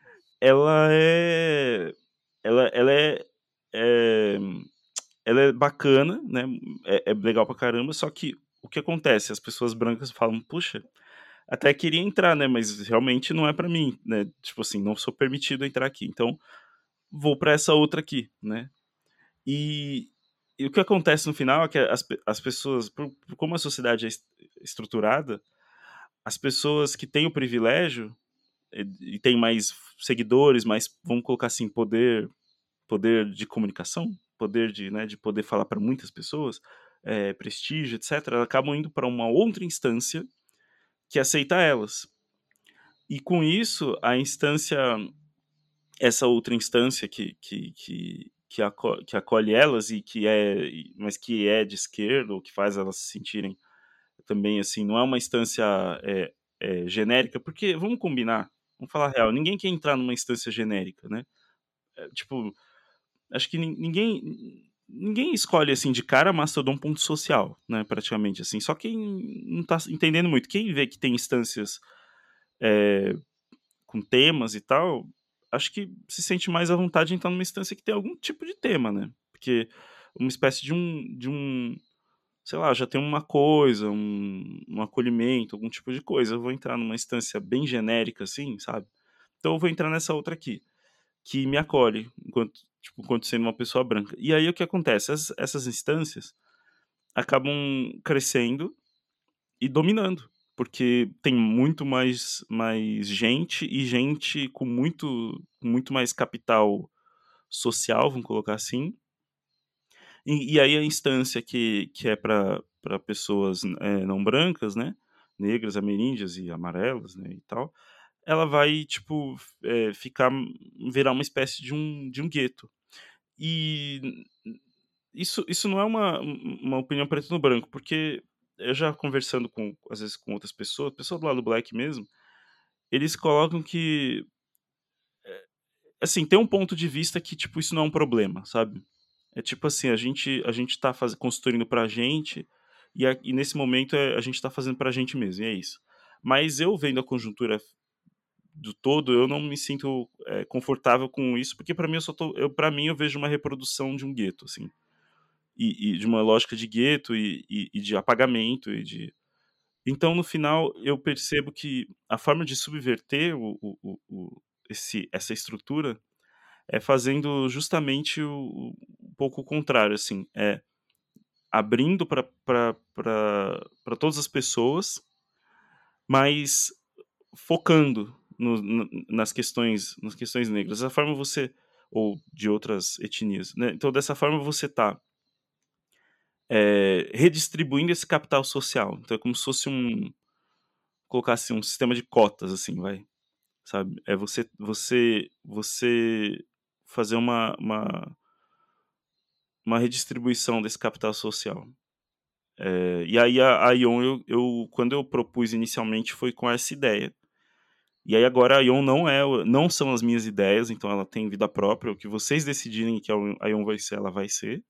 ela é. Ela, ela é, é. Ela é bacana, né? É, é legal pra caramba, só que o que acontece? As pessoas brancas falam, puxa, até queria entrar, né? Mas realmente não é pra mim, né? Tipo assim, não sou permitido entrar aqui. Então, vou para essa outra aqui, né? E, e o que acontece no final é que as, as pessoas, por, por como a sociedade é estruturada, as pessoas que têm o privilégio e, e têm mais seguidores, mais, vamos colocar assim, poder, poder de comunicação, poder de, né, de poder falar para muitas pessoas, é, prestígio, etcétera, elas acabam indo para uma outra instância que aceita elas. E com isso, a instância, essa outra instância que, que, que, que, acolhe, que acolhe elas e que é, mas que é de esquerda, ou que faz elas se sentirem também assim, não é uma instância é, é, genérica, porque vamos combinar, vamos falar a real, ninguém quer entrar numa instância genérica, né? É, tipo, acho que ninguém ninguém escolhe assim de cara Mastodon ponto social, né, praticamente assim, só quem não tá entendendo muito, quem vê que tem instâncias é, com temas e tal, acho que se sente mais à vontade de entrar numa instância que tem algum tipo de tema, né? Porque uma espécie de um, de um sei lá, já tem uma coisa, um, um acolhimento, algum tipo de coisa. Eu vou entrar numa instância bem genérica, assim, sabe? Então eu vou entrar nessa outra aqui, que me acolhe, enquanto, tipo, enquanto sendo uma pessoa branca. E aí o que acontece? Essas, essas instâncias acabam crescendo e dominando, porque tem muito mais, mais gente e gente com muito, muito mais capital social, vamos colocar assim. E, e aí a instância que, que é para pessoas é, não brancas, né, negras, ameríndias e amarelas, né, e tal, ela vai tipo é, ficar virar uma espécie de um, de um gueto. E isso, isso não é uma, uma opinião preto no branco, porque eu já conversando com, às vezes, com outras pessoas, pessoas do lado black mesmo, eles colocam que assim, tem um ponto de vista que, tipo, isso não é um problema, sabe? É tipo assim, a gente, a gente tá faz... construindo pra gente, e, a... e nesse momento é... a gente tá fazendo pra gente mesmo, e é isso. Mas eu vendo a conjuntura do todo, eu não me sinto é, confortável com isso, porque pra mim eu só tô, eu, pra mim eu vejo uma reprodução de um gueto, assim, e, e de uma lógica de gueto e, e, e de apagamento e de... Então no final eu percebo que a forma de subverter o, o, o, esse, essa estrutura é fazendo justamente o, um pouco o contrário, assim, é abrindo para todas as pessoas, mas focando no, no, nas questões nas questões negras. Dessa forma você, ou de outras etnias, né? Então dessa forma você está é, redistribuindo esse capital social. Então é como se fosse um, colocar assim, um sistema de cotas, assim, vai, sabe? É você você você fazer uma, uma uma redistribuição desse capital social. É, e aí a, a Ion, eu, eu, quando eu propus inicialmente, foi com essa ideia. E aí agora a Ion não, é, não são as minhas ideias, então ela tem vida própria. O que vocês decidirem que a Ion vai ser, ela vai ser.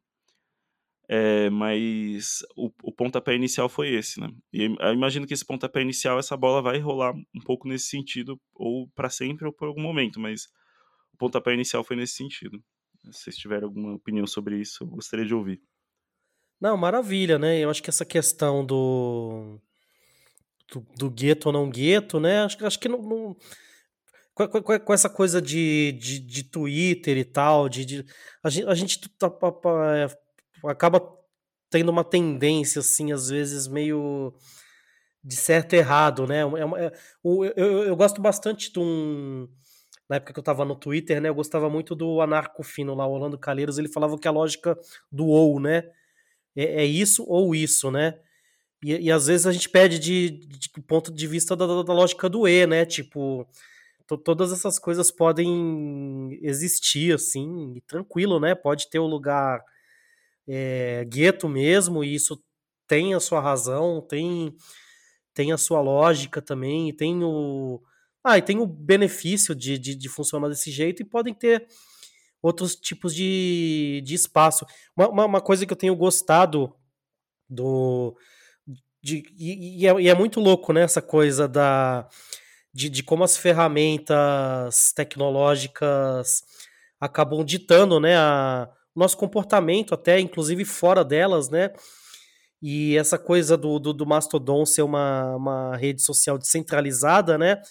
É, mas o, o pontapé inicial foi esse, né? E eu imagino que esse pontapé inicial, essa bola vai rolar um pouco nesse sentido, ou para sempre ou por algum momento, mas o pontapé inicial foi nesse sentido. Se vocês tiverem alguma opinião sobre isso, eu gostaria de ouvir. Não, maravilha, né? Eu acho que essa questão do, do, do gueto ou não gueto, né? Acho, acho que não, não com, com, com essa coisa de, de, de Twitter e tal, de, de a gente, a gente tá, pa- pa- é, acaba tendo uma tendência, assim, às vezes meio de certo e errado, né? É uma- é- o- eu, eu, eu gosto bastante de um. Na época que eu tava no Twitter, né? Eu gostava muito do anarcofino lá, o Orlando Calheiros. Ele falava que a lógica do ou, né? É, é isso ou isso, né? E, e às vezes a gente pede de, de- do ponto de vista da, da- da lógica do E, né? Tipo, to- todas essas coisas podem existir, assim, e tranquilo, né? Pode ter o lugar é, gueto mesmo, e isso tem a sua razão, tem, tem a sua lógica também, e tem o. Ah, e tem o benefício de, de, de funcionar desse jeito, e podem ter outros tipos de, de espaço. Uma, uma, uma coisa que eu tenho gostado do. De, e, e é, e é muito louco, né? Essa coisa da, de, de como as ferramentas tecnológicas acabam ditando, né, a, o nosso comportamento, até inclusive fora delas, né? E essa coisa do, do, do Mastodon ser uma, uma rede social descentralizada, né?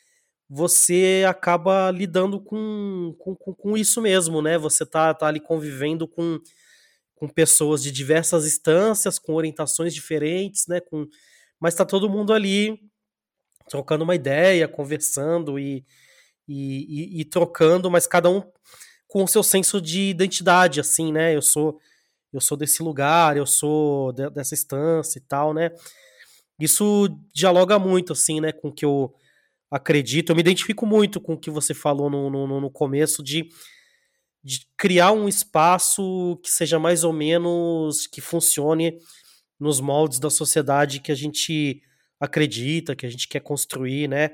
Você acaba lidando com, com, com com isso mesmo, né? Você tá, tá ali convivendo com, com pessoas de diversas instâncias, com orientações diferentes, né? Com, mas tá todo mundo ali trocando uma ideia, conversando e, e, e, e trocando, mas cada um com o seu senso de identidade, assim, né? Eu sou eu sou desse lugar, eu sou de, dessa instância e tal, né? Isso dialoga muito, assim, né, com o que eu acredito. Eu me identifico muito com o que você falou no, no, no começo de, de criar um espaço que seja mais ou menos que funcione nos moldes da sociedade que a gente acredita, que a gente quer construir, né?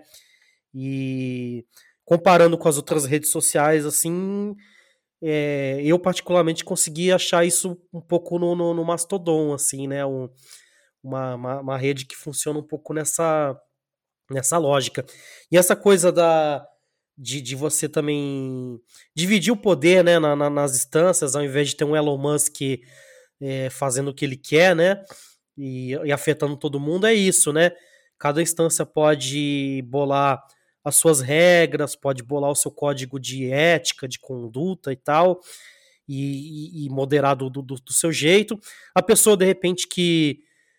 E comparando com as outras redes sociais, assim, é, eu particularmente consegui achar isso um pouco no, no, no Mastodon, assim, né? Um, uma, uma, uma rede que funciona um pouco nessa, nessa lógica. E essa coisa da, de, de você também dividir o poder, né, na, na, nas instâncias, ao invés de ter um Elon Musk é, fazendo o que ele quer, né? E, e afetando todo mundo, é isso, né? Cada instância pode bolar as suas regras, pode bolar o seu código de ética, de conduta e tal, e, e moderar do, do, do seu jeito. A pessoa, de repente, que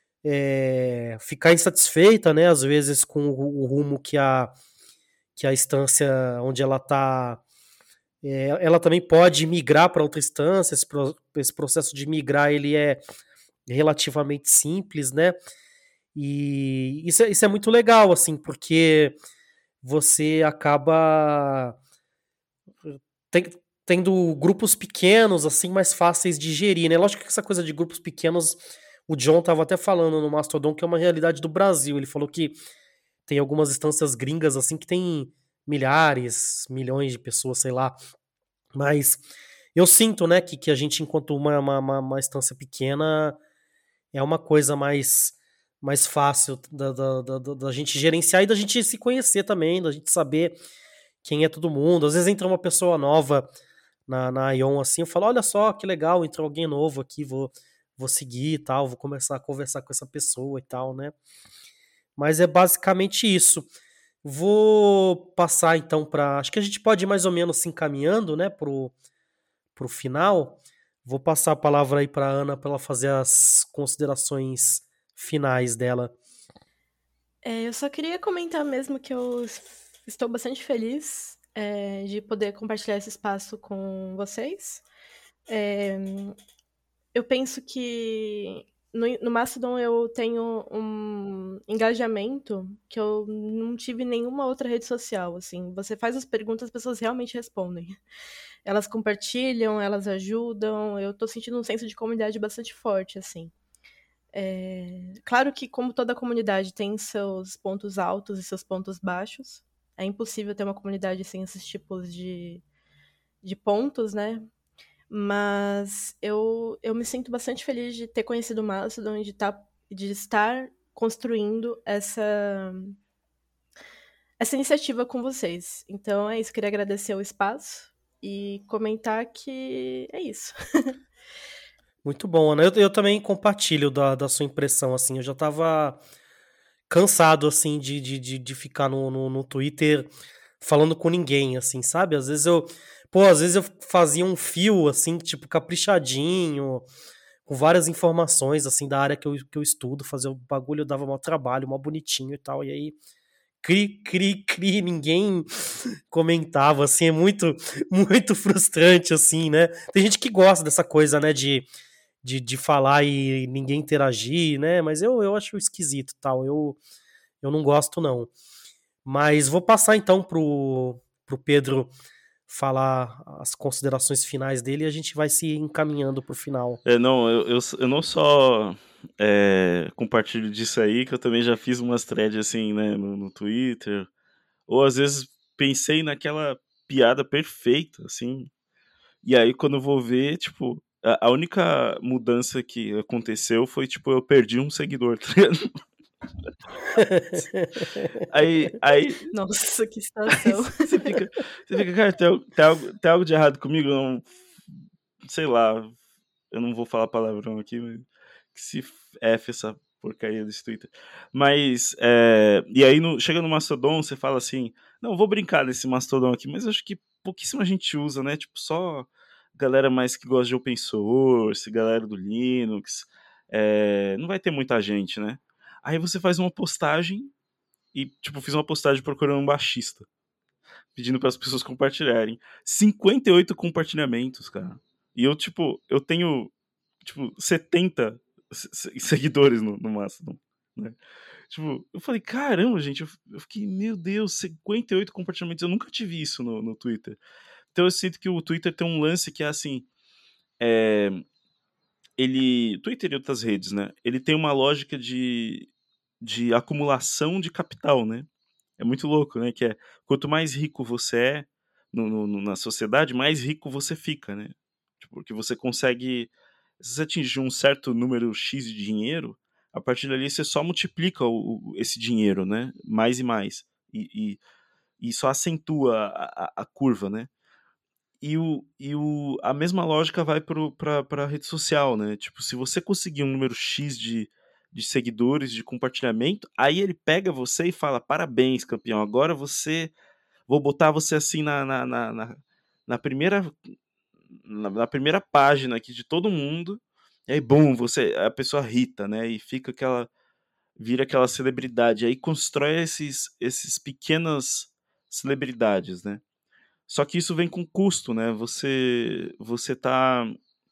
é, ficar insatisfeita, né, às vezes, com o, o rumo que a, que a instância onde ela está, é, ela também pode migrar para outra instância. Esse, pro, esse processo de migrar, ele é relativamente simples, né? E isso é, isso é muito legal, assim, porque você acaba tem, tendo grupos pequenos, assim, mais fáceis de gerir, né? Lógico que essa coisa de grupos pequenos, o John tava até falando no Mastodon que é uma realidade do Brasil. Ele falou que tem algumas instâncias gringas, assim, que tem milhares, milhões de pessoas, sei lá. Mas eu sinto, né, que, que a gente, enquanto uma, uma, uma, uma instância pequena, é uma coisa mais, mais fácil da, da, da, da- da gente gerenciar e da gente se conhecer também, da gente saber quem é todo mundo. Às vezes entra uma pessoa nova na, na Ion assim, eu falo, olha só, que legal, entrou alguém novo aqui, vou, vou seguir e tal, vou começar a conversar com essa pessoa e tal, né? Mas é basicamente isso. Vou passar então para. Acho que a gente pode ir mais ou menos se encaminhando, né, pro, pro final. Vou passar a palavra aí para Ana para ela fazer as considerações finais dela. É, eu só queria comentar mesmo que eu estou bastante feliz é, de poder compartilhar esse espaço com vocês. É, eu penso que no, no Mastodon eu tenho um engajamento que eu não tive em nenhuma outra rede social. Assim, você faz as perguntas, as pessoas realmente respondem. Elas compartilham, elas ajudam. Eu tô sentindo um senso de comunidade bastante forte, assim. É, claro que, como toda comunidade, tem seus pontos altos e seus pontos baixos. É impossível ter uma comunidade sem esses tipos de, de pontos, né? Mas eu, eu me sinto bastante feliz de ter conhecido o Mastodon e de, tá, de estar construindo essa, essa iniciativa com vocês. Então é isso, queria agradecer o espaço e comentar que é isso. Muito bom, Ana. Eu, eu também compartilho da, da sua impressão, assim. Eu já tava cansado, assim, de, de, de, de ficar no, no, no Twitter falando com ninguém, assim, sabe? Às vezes eu. Pô, às vezes eu fazia um fio, assim, tipo, caprichadinho, com várias informações, assim, da área que eu, que eu estudo, fazer o bagulho, eu dava maior trabalho, mó bonitinho e tal. E aí, cri, cri, cri, ninguém comentava, assim, é muito, muito frustrante, assim, né? Tem gente que gosta dessa coisa, né, de de, de falar e ninguém interagir, né? Mas eu, eu acho esquisito tal. Eu, eu não gosto, não. Mas vou passar então pro, pro Pedro falar as considerações finais dele e a gente vai se encaminhando pro final. É, não, eu, eu, eu não só é, compartilho disso aí, que eu também já fiz umas threads assim, né, no, no Twitter. Ou às vezes pensei naquela piada perfeita, assim. E aí quando eu vou ver, tipo, a, a única mudança que aconteceu foi, tipo, eu perdi um seguidor, tá ligado? Aí, aí, Nossa, que aí situação. você fica, você fica, cara, tem, al- tem algo, tem algo de errado comigo? Eu não, sei lá, eu não vou falar palavrão aqui, mas que se F essa porcaria desse Twitter. Mas, é, e aí no, chega no Mastodon, você fala assim, não, vou brincar desse Mastodon aqui, mas acho que pouquíssima gente usa, né? Tipo, só galera mais que gosta de open source, galera do Linux, é, não vai ter muita gente, né? Aí você faz uma postagem e, tipo, fiz uma postagem procurando um baixista, pedindo para as pessoas compartilharem. cinquenta e oito compartilhamentos, cara. E eu, tipo, eu tenho, tipo, setenta se- seguidores no, no Mastodon, né? Tipo, eu falei, caramba, gente, eu, eu fiquei, meu Deus, cinquenta e oito compartilhamentos, eu nunca tive isso no, no Twitter. Então eu sinto que o Twitter tem um lance que é assim, é, ele, Twitter e outras redes, né, ele tem uma lógica de, de acumulação de capital, né, é muito louco, né, que é, quanto mais rico você é no, no, na sociedade, mais rico você fica, né, tipo, porque você consegue, se você atingir um certo número X de dinheiro, a partir dali você só multiplica o, o, esse dinheiro, né, mais e mais, e, e, e só acentua a, a, a curva, né. E, o, e o, a mesma lógica vai para a rede social, né? Tipo, se você conseguir um número X de, de seguidores, de compartilhamento, aí ele pega você e fala: parabéns, campeão, agora você. Vou botar você assim na, na, na, na, na primeira, na, na primeira página aqui de todo mundo. E aí, bum, você, a pessoa irrita, né? E fica aquela. Vira aquela celebridade. Aí constrói esses, esses pequenas celebridades, né? Só que isso vem com custo, né? Você você tá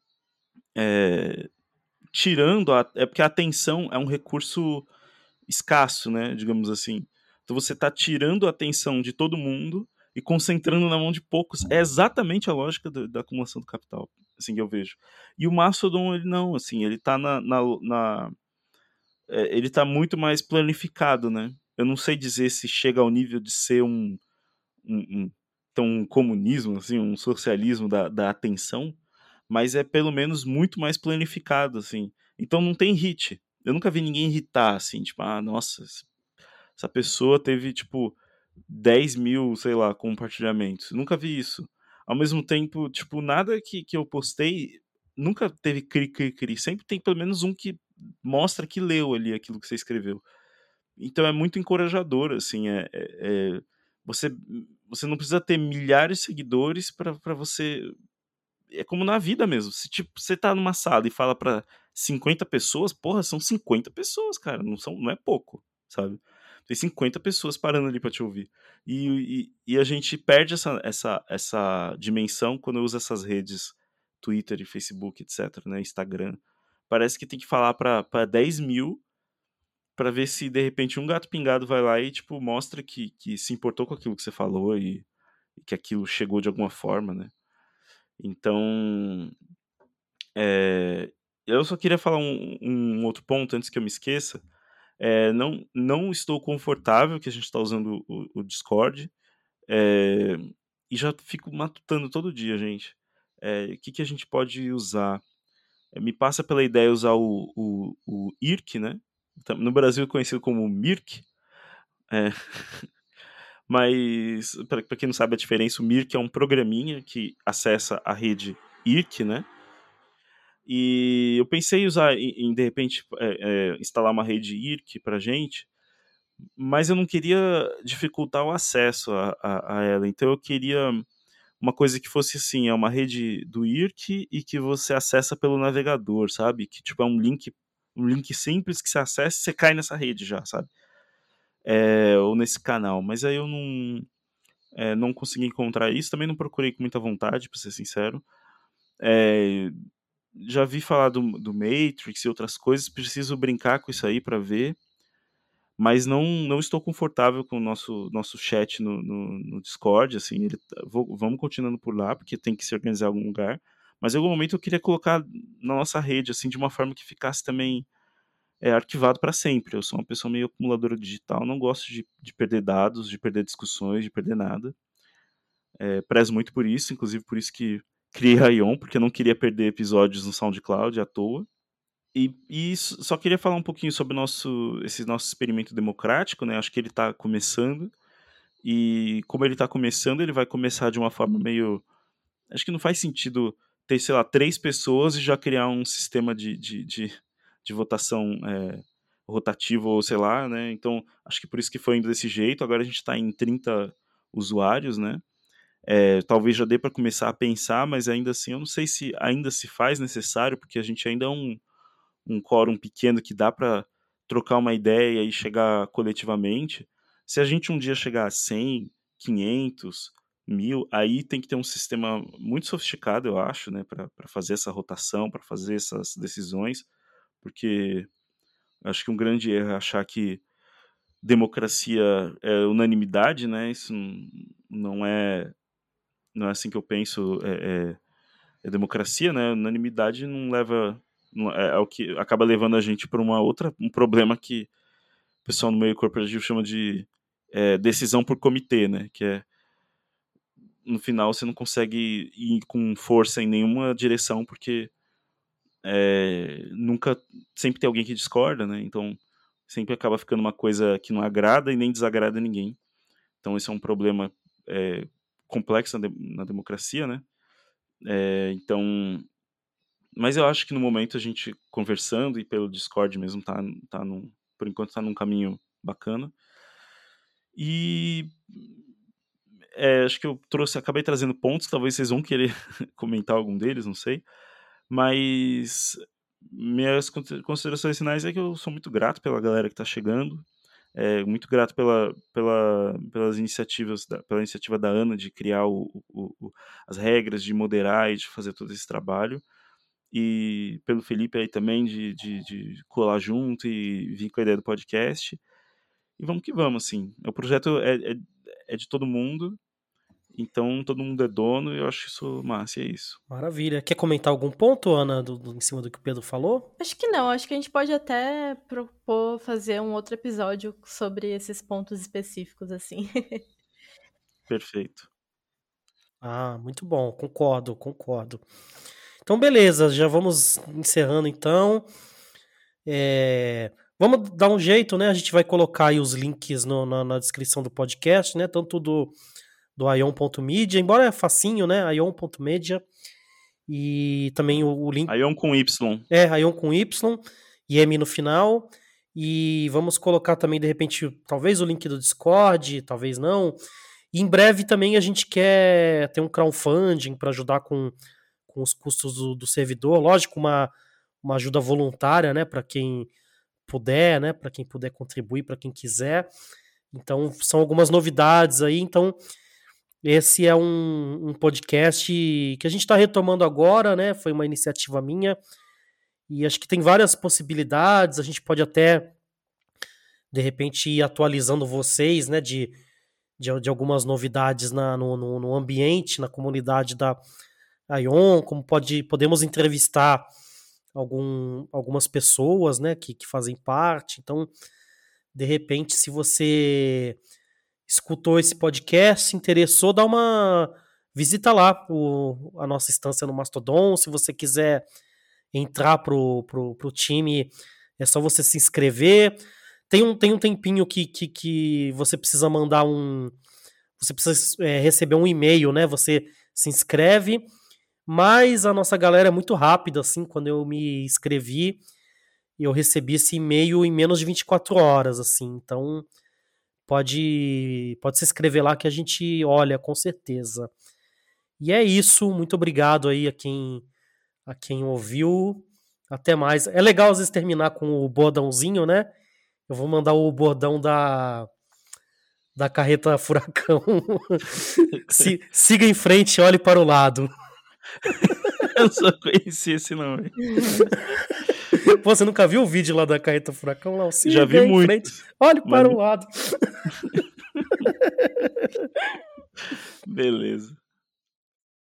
é, tirando a, é porque a atenção é um recurso escasso, né? Digamos assim. Então você tá tirando a atenção de todo mundo e concentrando na mão de poucos. É exatamente a lógica da, da acumulação do capital, assim que eu vejo. E o Mastodon ele não, assim, ele tá na, na, na é, ele tá muito mais planificado, né? Eu não sei dizer se chega ao nível de ser um um, um, então, um comunismo, assim, um socialismo da, da atenção, mas é pelo menos muito mais planificado, assim. Então não tem hit. Eu nunca vi ninguém irritar, assim, tipo, ah, nossa, essa pessoa teve, tipo, dez mil, sei lá, compartilhamentos. Nunca vi isso. Ao mesmo tempo, tipo, nada que, que eu postei nunca teve cri, cri, cri. Sempre tem pelo menos um que mostra que leu ali aquilo que você escreveu. Então é muito encorajador, assim, é, é, é você, você não precisa ter milhares de seguidores para você... É como na vida mesmo. Se tipo, você tá numa sala e fala pra cinquenta pessoas, porra, são cinquenta pessoas, cara. Não, são, não é pouco, sabe? Tem cinquenta pessoas parando ali pra te ouvir. E, e, e a gente perde essa, essa, essa dimensão quando usa essas redes, Twitter e Facebook, etc, né? Instagram. Parece que tem que falar pra, pra dez mil pra ver se, de repente, um gato pingado vai lá e, tipo, mostra que, que se importou com aquilo que você falou e, e que aquilo chegou de alguma forma, né? Então, é, eu só queria falar um, um outro ponto antes que eu me esqueça. É, não, não estou confortável que a gente está usando o, o Discord, é, e já fico matutando todo dia, gente. É, o que, que a gente pode usar? É, me passa pela ideia usar o, o, o I R C, né? No Brasil é conhecido como Mirk. É, mas, para quem não sabe a diferença, o Mirk é um programinha que acessa a rede I R C, né? E eu pensei em usar, em, em de repente, é, é, instalar uma rede I R C pra gente, mas eu não queria dificultar o acesso a, a, a ela. Então eu queria uma coisa que fosse assim, é uma rede do I R C e que você acessa pelo navegador, sabe? Que tipo é um link, um link simples que você acessa e você cai nessa rede já, sabe? É, ou nesse canal. Mas aí eu não, é, não consegui encontrar isso. Também não procurei com muita vontade, pra ser sincero. É, já vi falar do, do Matrix e outras coisas, preciso brincar com isso aí para ver, mas não, não estou confortável com o nosso, nosso chat no, no, no Discord, assim, ele, vou, vamos continuando por lá, porque tem que se organizar em algum lugar, mas em algum momento eu queria colocar na nossa rede, assim, de uma forma que ficasse também é, arquivado para sempre. Eu sou uma pessoa meio acumuladora digital, não gosto de, de perder dados, de perder discussões, de perder nada. É, prezo muito por isso, inclusive por isso que criei a Ion, porque eu não queria perder episódios no SoundCloud à toa. E, e só queria falar um pouquinho sobre o nosso, esse nosso experimento democrático, né? Acho que ele está começando. E como ele está começando, ele vai começar de uma forma meio... Acho que não faz sentido ter, sei lá, três pessoas e já criar um sistema de, de, de, de votação é, rotativo, ou sei lá, né? Então, acho que por isso que foi indo desse jeito. Agora a gente está em trinta usuários, né? É, talvez já dê para começar a pensar, mas ainda assim eu não sei se ainda se faz necessário, porque a gente ainda é um, um quórum pequeno que dá para trocar uma ideia e chegar coletivamente. Se a gente um dia chegar a cem, quinhentos, mil, aí tem que ter um sistema muito sofisticado, eu acho, né, para fazer essa rotação, para fazer essas decisões, porque acho que um grande erro é achar que democracia é unanimidade, né? Isso não é não é assim que eu penso. É, é, é democracia, né? Unanimidade não leva não, é, é o que acaba levando a gente para uma outra um problema que o pessoal no meio corporativo chama de é, decisão por comitê, né? Que é no final você não consegue ir com força em nenhuma direção porque é, nunca sempre tem alguém que discorda, né? Então sempre acaba ficando uma coisa que não agrada e nem desagrada ninguém. Então esse é um problema é, complexo na, de, na democracia, né? É, então, mas eu acho que no momento a gente conversando e pelo Discord mesmo tá, tá num, por enquanto tá num caminho bacana. E é, acho que eu trouxe, acabei trazendo pontos, talvez vocês vão querer comentar algum deles, não sei. Mas minhas considerações finais é que eu sou muito grato pela galera que tá chegando. É, muito grato pela, pela, pelas iniciativas, da, pela iniciativa da Ana de criar o, o, o, as regras, de moderar e de fazer todo esse trabalho. E pelo Felipe aí também de, de, de colar junto e vir com a ideia do podcast. E vamos que vamos, assim. O projeto é, é, é de todo mundo, então todo mundo é dono e eu acho isso massa, e é isso. Maravilha. Quer comentar algum ponto, Ana, do, do, em cima do que o Pedro falou? Acho que não, acho que a gente pode até propor fazer um outro episódio sobre esses pontos específicos, assim. Perfeito. Ah, muito bom, concordo, concordo. Então, beleza, já vamos encerrando então. É, vamos dar um jeito, né? A gente vai colocar aí os links no, na, na descrição do podcast, né? Tanto do, do ion ponto media, embora é facinho, né? ion ponto media. E também o, o link. Ion com Y. É, Ion com Y e M no final. E vamos colocar também, de repente, talvez o link do Discord, talvez não. E em breve também a gente quer ter um crowdfunding para ajudar com, com os custos do, do servidor. Lógico, uma, uma ajuda voluntária, né, para quem puder, né, para quem puder contribuir, para quem quiser. Então, são algumas novidades aí. Então, esse é um, um podcast que a gente está retomando agora, né? Foi uma iniciativa minha. E acho que tem várias possibilidades. A gente pode até, de repente, ir atualizando vocês, né, de, de, de algumas novidades na, no, no, no ambiente, na comunidade da Ion, como pode, podemos entrevistar algum, algumas pessoas, né, que, que fazem parte. Então, de repente, se você escutou esse podcast, se interessou, dá uma visita lá, o, a nossa instância no Mastodon. Se você quiser entrar pro, pro, pro time, é só você se inscrever. Tem um, tem um tempinho que, que, que você precisa mandar um... Você precisa é, receber um e-mail, né? Você se inscreve, mas a nossa galera é muito rápida, assim. Quando eu me inscrevi, eu recebi esse e-mail em menos de vinte e quatro horas, assim. Então, pode, pode se inscrever lá que a gente olha, com certeza. E é isso. Muito obrigado aí a quem... a quem ouviu. Até mais. É legal às vezes terminar com o bordãozinho, né? Eu vou mandar o bordão da da carreta furacão. Se, siga em frente, olhe para o lado. Eu só conheci esse nome. Pô, você nunca viu o vídeo lá da carreta furacão? Lá, siga já vi em muito. frente, olhe para o lado. Beleza.